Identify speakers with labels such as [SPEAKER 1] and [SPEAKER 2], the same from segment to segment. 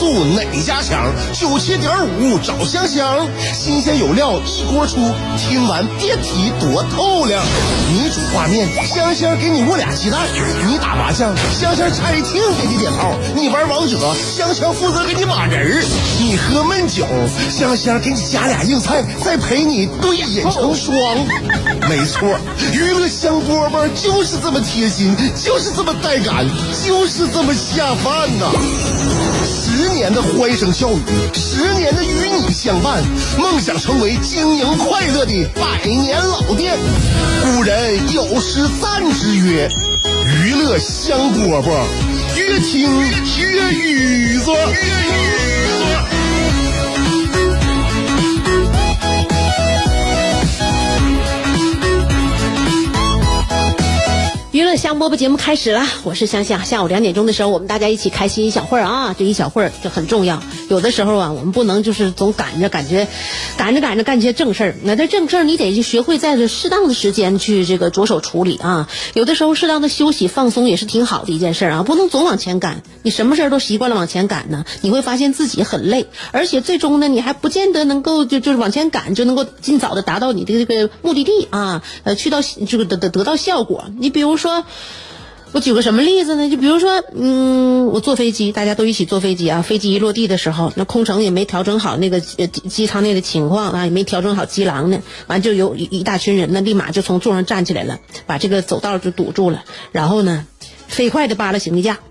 [SPEAKER 1] 诉哪家强？97.5找香香，新鲜有料一锅出，听完别提多透亮。你煮画面，香香给你握俩鸡蛋；你打麻将，香香拆听给你点炮；你玩王者，香香负责给你码人；你喝闷酒，香香给你加俩硬菜，再陪你对饮成双。没错，娱乐香饽饽就是这么贴心，就是这么带感，就是这么下饭呐！10年的欢声笑语，10年的与你相伴，梦想成为经营快乐的100年老店。古人有诗赞之曰：娱乐香饽饽，越听越雨子。
[SPEAKER 2] 娱乐香饽饽节目开始了，我是香香。下午2点钟的时候，我们大家一起开心一小会儿啊，这一小会儿就很重要。有的时候啊，我们不能就是总赶着干一些正事儿。那这正事儿你得学会在这适当的时间去这个着手处理啊。有的时候适当的休息放松也是挺好的一件事啊，不能总往前赶。你什么事儿都习惯了往前赶呢，你会发现自己很累，而且最终呢，你还不见得能够就是往前赶就能够尽早的达到你的这个目的地啊，去到这个得到效果。你比如说，我举个什么例子呢？就比如说，我坐飞机，大家都一起坐飞机啊。飞机一落地的时候，那空乘也没调整好那个机舱内的情况啊，也没调整好机廊呢。完就有一大群人呢，立马就从座上站起来了，把这个走道就堵住了。然后呢，飞快的扒拉行李架，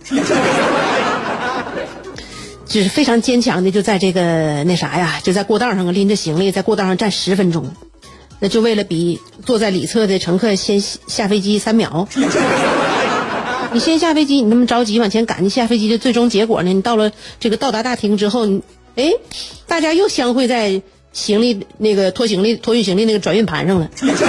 [SPEAKER 2] 就是非常坚强的，就在这个就在过道上拎着行李，在过道上站10分钟。那就为了比坐在里侧的乘客先下飞机3秒。你先下飞机，你那么着急往前赶，你下飞机的最终结果呢？你到了这个到达大厅之后，大家又相会在行李那个托运行李那个转运盘上了。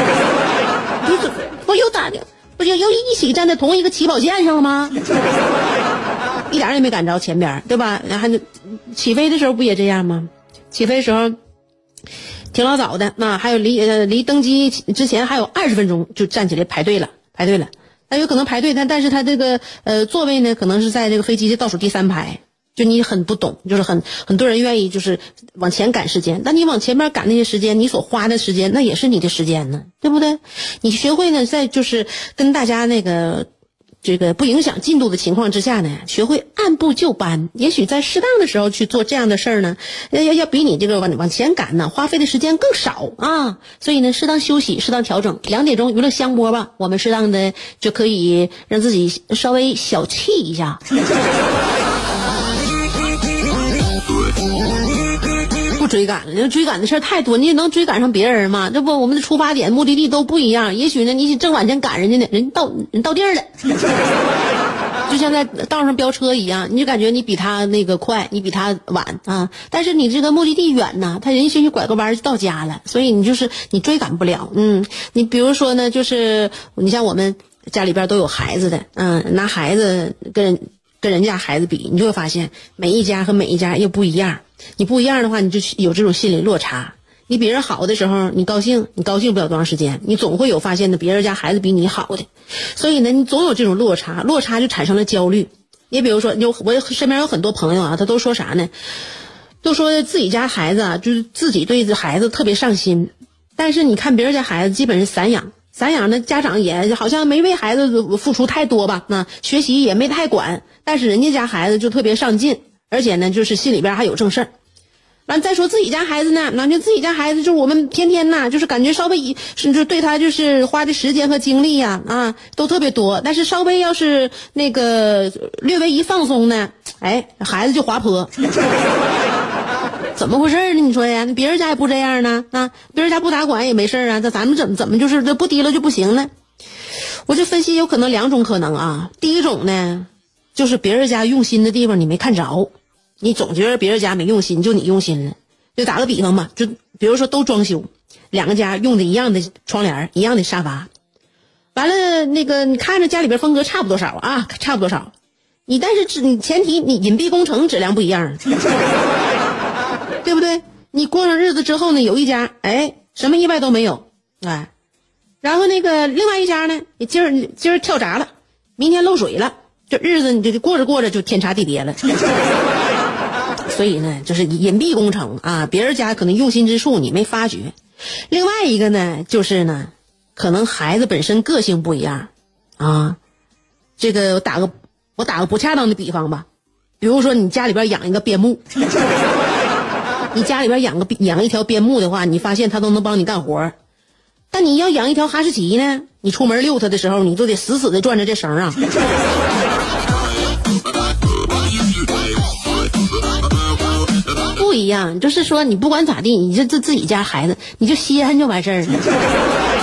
[SPEAKER 2] 不就又一起站在同一个起跑线上了吗？一点也没赶着前边，对吧？然后起飞的时候不也这样吗？起飞的时候挺老早的，那还有离登机之前还有20分钟就站起来排队了。他有可能排队，但是他这个座位呢，可能是在这个飞机的倒数第3排。就你很不懂，就是很多人愿意就是往前赶时间，但你往前面赶那些时间，你所花的时间那也是你的时间呢，对不对？你学会呢，在就是跟大家这个不影响进度的情况之下呢，学会按部就班，也许在适当的时候去做这样的事儿呢，要比你这个往前赶呢，花费的时间更少啊。所以呢，适当休息，适当调整。2点钟娱乐香饽饽，我们适当的就可以让自己稍微小憩一下。不追赶了，追赶的事太多，你也能追赶上别人吗？这不，我们的出发点目的地都不一样，也许呢你正往前赶人家呢，人到地儿了。就像在道上飙车一样，你就感觉你比他那个快，你比他晚啊，但是你这个目的地远呐，他人家拐个弯就到家了，所以你追赶不了。你比如说呢，就是你像我们家里边都有孩子的，拿孩子跟人家孩子比，你就会发现每一家和每一家又不一样。你不一样的话，你就有这种心理落差。你比人好的时候，你高兴不了多长时间，你总会有发现的别人家孩子比你好的。所以呢，你总有这种落差就产生了焦虑。也比如说，我身边有很多朋友啊，他都说啥呢？都说自己家孩子啊，就是自己对孩子特别上心，但是你看别人家孩子基本是散养的，家长也好像没为孩子付出太多吧，那学习也没太管，但是人家家孩子就特别上进，而且呢，就是心里边还有正事儿。完再说自己家孩子呢，那就自己家孩子就是我们天天呐，就是感觉稍微甚至对他就是花的时间和精力呀都特别多，但是稍微要是那个略微一放松呢，孩子就滑坡。怎么回事呢？你说呀，别人家也不这样呢，别人家不打管也没事啊，咱们怎么就是这不提了就不行呢？我就分析有可能2种可能啊。第一种呢，就是别人家用心的地方你没看着，你总觉得别人家没用心，就你用心了。就打个比方吧，就比如说都装修，2个家用的一样的窗帘，一样的沙发，完了那个你看着家里边风格差不多少，但是你前提你隐蔽工程质量不一样。对不对？你过上日子之后呢，有一家什么意外都没有，然后那个另外一家呢，你今儿跳闸了，明天漏水了，这日子你就过着就天差地别了。 所以呢，就是隐蔽工程啊，别人家可能用心之处你没发觉。另外一个呢，就是呢，可能孩子本身个性不一样啊。这个我打个不恰当的比方吧，比如说你家里边养一个边牧，你家里边养一条边牧的话，你发现它都能帮你干活。但你要养一条哈士奇呢，你出门遛它的时候，你都得死死的攥着这绳啊。不一样，就是说你不管咋地，你这自己家孩子，你就稀罕就完事儿了。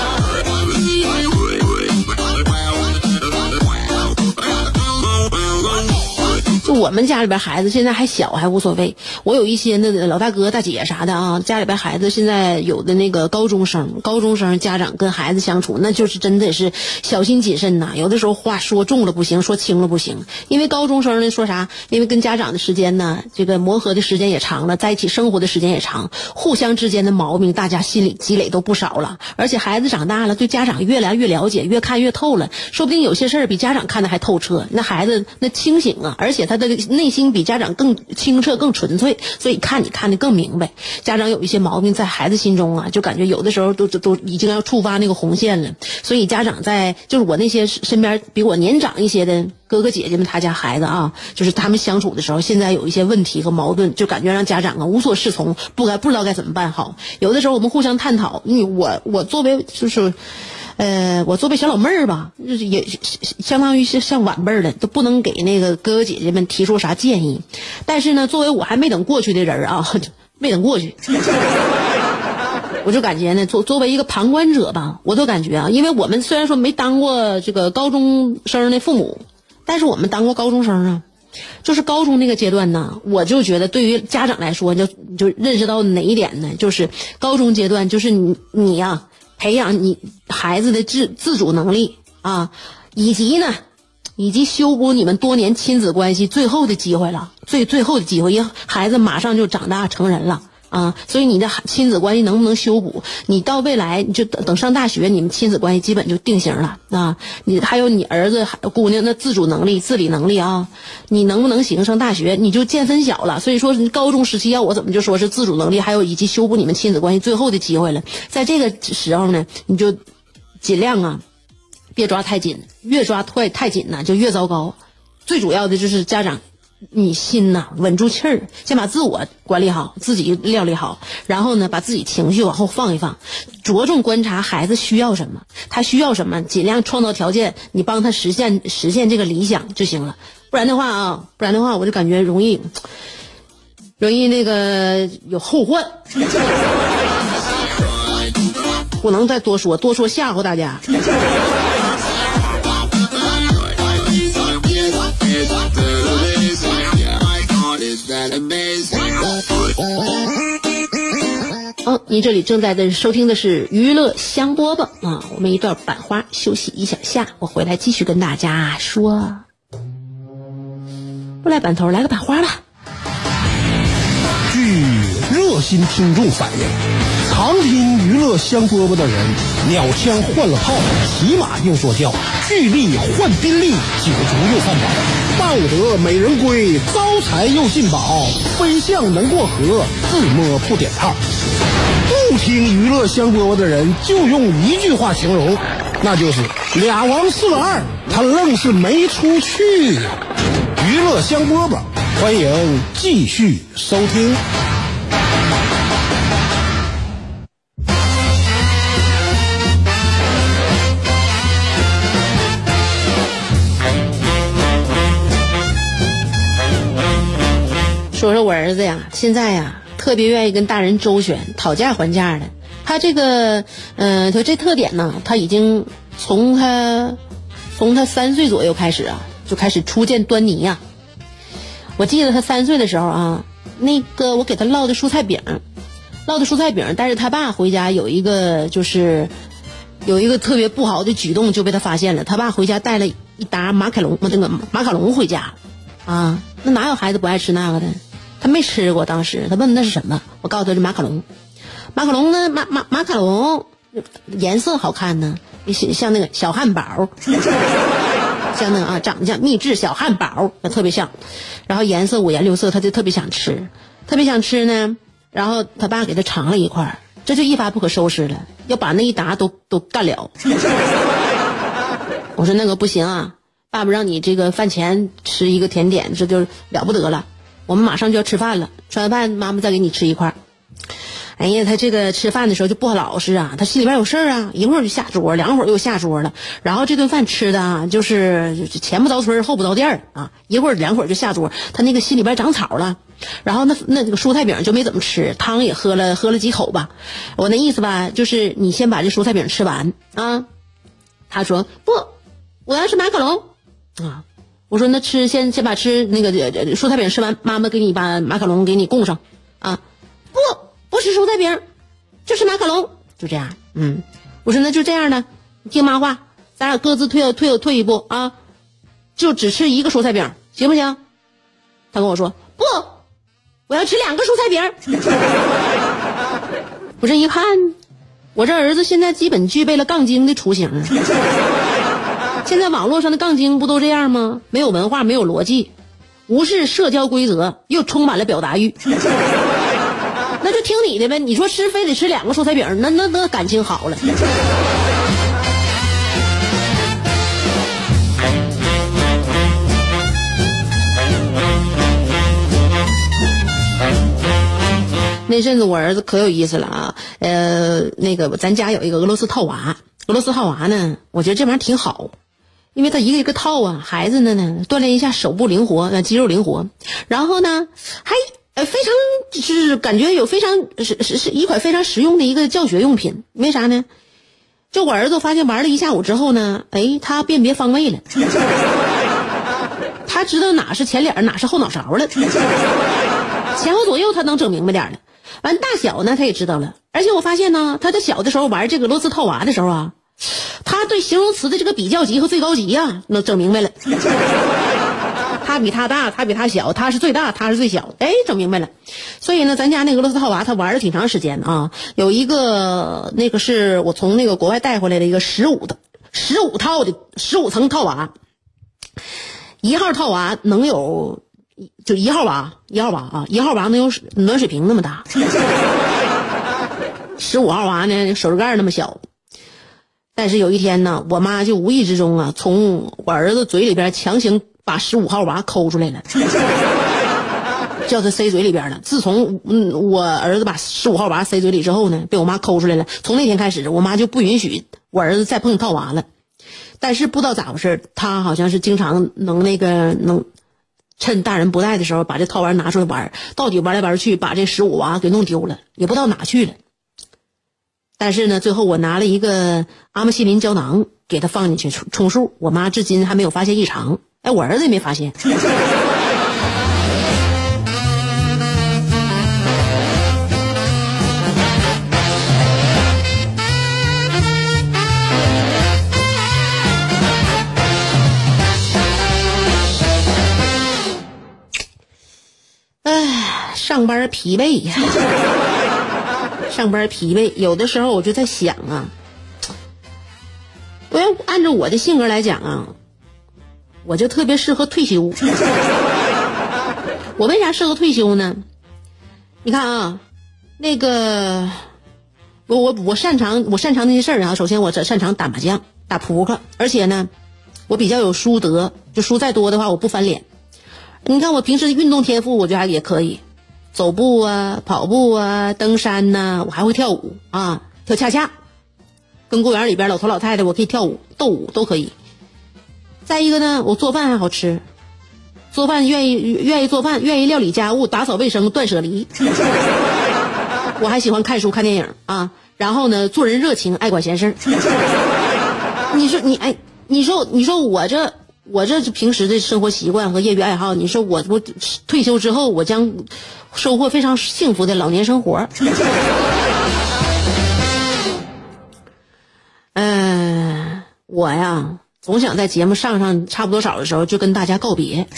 [SPEAKER 2] 就我们家里边孩子现在还小还无所谓，我有一些那个老大哥大姐啥的啊，家里边孩子现在有的那个高中生家长跟孩子相处，那就是真的是小心谨慎呐，有的时候话说重了不行，说轻了不行。因为高中生呢说啥，因为跟家长的时间呢，这个磨合的时间也长了，在一起生活的时间也长，互相之间的毛病大家心里积累都不少了，而且孩子长大了，对家长越来越了解，越看越透了，说不定有些事儿比家长看的还透彻，那孩子那清醒啊，而且他的内心比家长更清澈更纯粹，所以你看得更明白。家长有一些毛病在孩子心中啊，就感觉有的时候都已经要触发那个红线了，所以家长就是我那些身边比我年长一些的哥哥姐姐们，他家孩子啊，就是他们相处的时候，现在有一些问题和矛盾，就感觉让家长啊无所适从，不知道该怎么办好。有的时候我们互相探讨，因为我作为就是我作为小老妹儿吧，就是也相当于是像晚辈的，都不能给那个哥哥姐姐们提出啥建议。但是呢，作为我还没等过去的人啊，没等过去，我就感觉呢，作为一个旁观者吧，我都感觉啊，因为我们虽然说没当过这个高中生的父母，但是我们当过高中生啊。就是高中那个阶段呢，我就觉得对于家长来说，就认识到哪一点呢？就是高中阶段，就是你呀。培养你孩子的自主能力啊，以及修补你们多年亲子关系最后的机会了，最后的机会，因为孩子马上就长大成人了啊，所以你的亲子关系能不能修补，你到未来你就等上大学，你们亲子关系基本就定型了啊。你还有你儿子姑娘的自主能力自理能力啊，你能不能行，上大学你就见分晓了。所以说高中时期要我怎么就说是自主能力还有以及修补你们亲子关系最后的机会了。在这个时候呢，你就尽量啊别抓太紧，越抓太紧呢就越糟糕。最主要的就是家长你心呐稳住气儿，先把自我管理好，自己料理好，然后呢把自己情绪往后放一放，着重观察孩子需要什么，他需要什么，尽量创造条件，你帮他实现这个理想就行了。不然的话我就感觉容易那个有后患。不能再多说吓唬大家。您这里正在收听的是娱乐香饽饽啊，我们一段版花休息一小下，我回来继续跟大家说。不来版头，来个版花吧。
[SPEAKER 1] 据热心听众反映，常听娱乐香饽饽的人，鸟枪换了炮，骑马又坐轿，巨力换宾利，酒足又饭饱，抱得美人归，招财又进宝，飞象能过河，自摸不点炮。不听娱乐香饽饽的人，就用一句话形容，那就是俩王4个2，他愣是没出去。娱乐香饽饽，欢迎继续收听。
[SPEAKER 2] 说说我儿子呀，现在呀特别愿意跟大人周旋，讨价还价的。他这个他这特点呢，他已经从他3岁左右开始啊，就开始初见端倪呀。我记得他3岁的时候啊，那个我给他烙的蔬菜饼，但是他爸回家有一个特别不好的举动就被他发现了。他爸回家带了一打马卡龙回家啊，那哪有孩子不爱吃那个的？他没吃过，当时他问那是什么，我告诉他是马卡龙呢，马卡龙颜色好看呢，像那个小汉堡像那个长得像秘制小汉堡，特别像，然后颜色五颜六色，他就特别想吃呢。然后他爸给他尝了一块，这就一发不可收拾了，要把那一沓都干了。我说那个不行啊，爸爸让你这个饭前吃一个甜点，这就了不得了。我们马上就要吃饭了，吃完饭妈妈再给你吃一块。哎呀，他这个吃饭的时候就不老实啊，他心里边有事儿啊，一会儿就下桌，2会儿又下桌了。然后这顿饭吃的啊，就是前不着村后不着店啊，一会儿2会儿就下桌，他那个心里边长草了。然后那个蔬菜饼就没怎么吃，汤也喝了几口吧。我那意思吧，就是你先把这蔬菜饼吃完啊。他说不，我要吃马卡龙啊。我说那先把吃那个蔬菜饼吃完，妈妈给你把马卡龙给你供上啊。不吃蔬菜饼，就吃马卡龙，就这样。我说那就这样的，你听妈话，咱俩各自退一步啊，就只吃一个蔬菜饼，行不行？他跟我说不，我要吃2个蔬菜饼。我这一看，我这儿子现在基本具备了杠精的雏形。现在网络上的杠精不都这样吗？没有文化，没有逻辑，无视社交规则，又充满了表达欲。那就听你的呗，你说吃非得吃2个蔬菜饼，那感情好了。那阵子我儿子可有意思了啊，那个咱家有一个俄罗斯套娃呢，我觉得这玩意儿挺好，因为他一个一个套啊，孩子呢锻炼一下手部灵活，肌肉灵活，然后呢还非常是感觉有非常是一款非常实用的一个教学用品。为啥呢？就我儿子发现玩了一下午之后呢，他辨别方位了，他知道哪是前脸哪是后脑勺了，前后左右他能整明白点了。完大小呢他也知道了，而且我发现呢，他在小的时候玩这个俄罗斯套娃的时候啊，他对形容词的这个比较级和最高级啊能整明白了。他比他大，他比他小，他是最大，他是最小，整明白了。所以呢，咱家那个俄罗斯套娃他玩了挺长时间啊。有一个那个是我从那个国外带回来的一个15层套娃，1号套娃能有就1号娃能有暖水瓶那么大，15号娃呢手指盖那么小。但是有一天呢，我妈就无意之中啊，从我儿子嘴里边强行把15号娃抠出来了，叫他塞嘴里边了。自从我儿子把15号娃塞嘴里之后呢，被我妈抠出来了。从那天开始，我妈就不允许我儿子再碰套娃了。但是不知道咋回事，他好像是经常能趁大人不在的时候把这套娃拿出来玩，到底玩来玩去把这15娃给弄丢了，也不知道哪去了。但是呢，最后我拿了一个阿莫西林胶囊给他放进去充数，我妈至今还没有发现异常。我儿子也没发现。上班疲惫呀，上班疲惫。有的时候我就在想啊，我要按照我的性格来讲啊，我就特别适合退休。我为啥适合退休呢？你看啊，那个我擅长那些事儿啊。首先我擅长打麻将、打扑克，而且呢，我比较有书德，就书再多的话我不翻脸。你看我平时的运动天赋，我觉得还也可以，走步啊、跑步啊、登山呐，我还会跳舞啊，跳恰恰，跟公园里边老头老太太我可以跳舞、斗舞都可以。再一个呢，我做饭还好吃，做饭愿意做饭，愿意料理家务，打扫卫生，断舍离。我还喜欢看书看电影啊，然后呢，做人热情，爱管闲事。你说我这平时的生活习惯和业余爱好，你说我退休之后我将收获非常幸福的老年生活。我呀总想在节目上差不多少的时候就跟大家告别。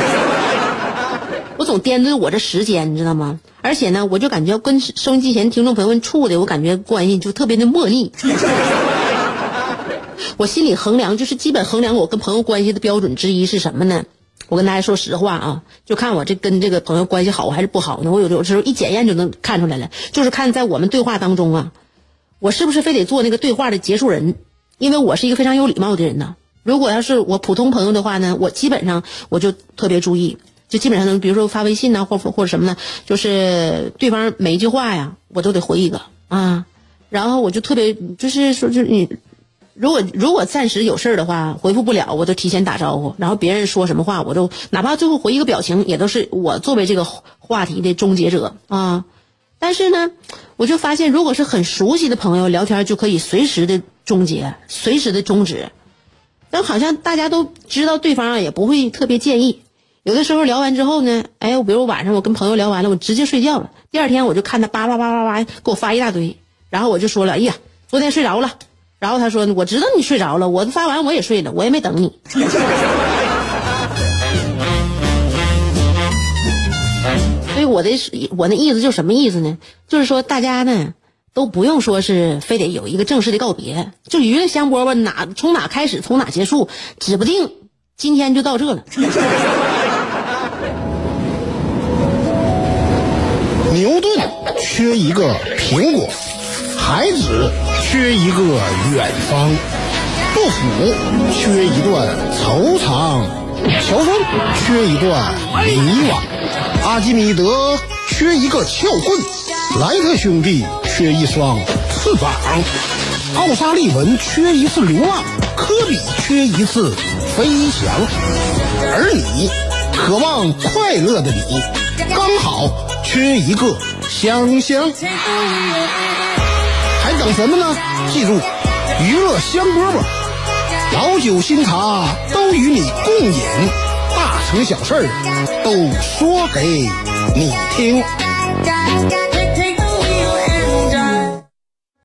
[SPEAKER 2] 我总颠对我这时间，你知道吗？而且呢，我就感觉跟收音机前听众朋友们处的，我感觉关系就特别的莫逆。 我心里衡量，就是基本衡量我跟朋友关系的标准之一是什么呢？我跟大家说实话啊，就看我这跟这个朋友关系好还是不好呢？我有时候一检验就能看出来了，就是看在我们对话当中啊，我是不是非得做那个对话的结束人？因为我是一个非常有礼貌的人呢。如果要是我普通朋友的话呢，我基本上我就特别注意，就基本上比如说发微信呐，或者什么呢，就是对方每一句话呀，我都得回一个啊。然后我就特别就是说，就是你如果暂时有事的话回复不了，我就提前打招呼。然后别人说什么话，我都哪怕最后回一个表情，也都是我作为这个话题的终结者啊。但是呢，我就发现，如果是很熟悉的朋友聊天，就可以随时的终结，随时的终止。但好像大家都知道对方啊，也不会特别介意。有的时候聊完之后呢，哎，比如晚上我跟朋友聊完了，我直接睡觉了。第二天我就看他叭给我发一大堆，然后我就说了，哎呀，昨天睡着了。然后他说，我知道你睡着了，我发完我也睡了，我也没等你。所以我那意思就是什么意思呢？就是说大家呢都不用说是非得有一个正式的告别，就娱乐香饽饽从哪开始从哪结束，指不定今天就到这了。
[SPEAKER 1] 牛顿缺一个苹果，孩子缺一个远方，杜甫缺一段惆怅，乔峰缺一段迷惘，阿基米德缺一个撬棍，莱特兄弟缺一双翅膀，奥沙利文缺一次流浪，科比缺一次飞翔，而你渴望快乐的你，刚好缺一个香香。还等什么呢？记住，娱乐香饽饽，老酒新茶都与你共饮，大成小事都说给你听。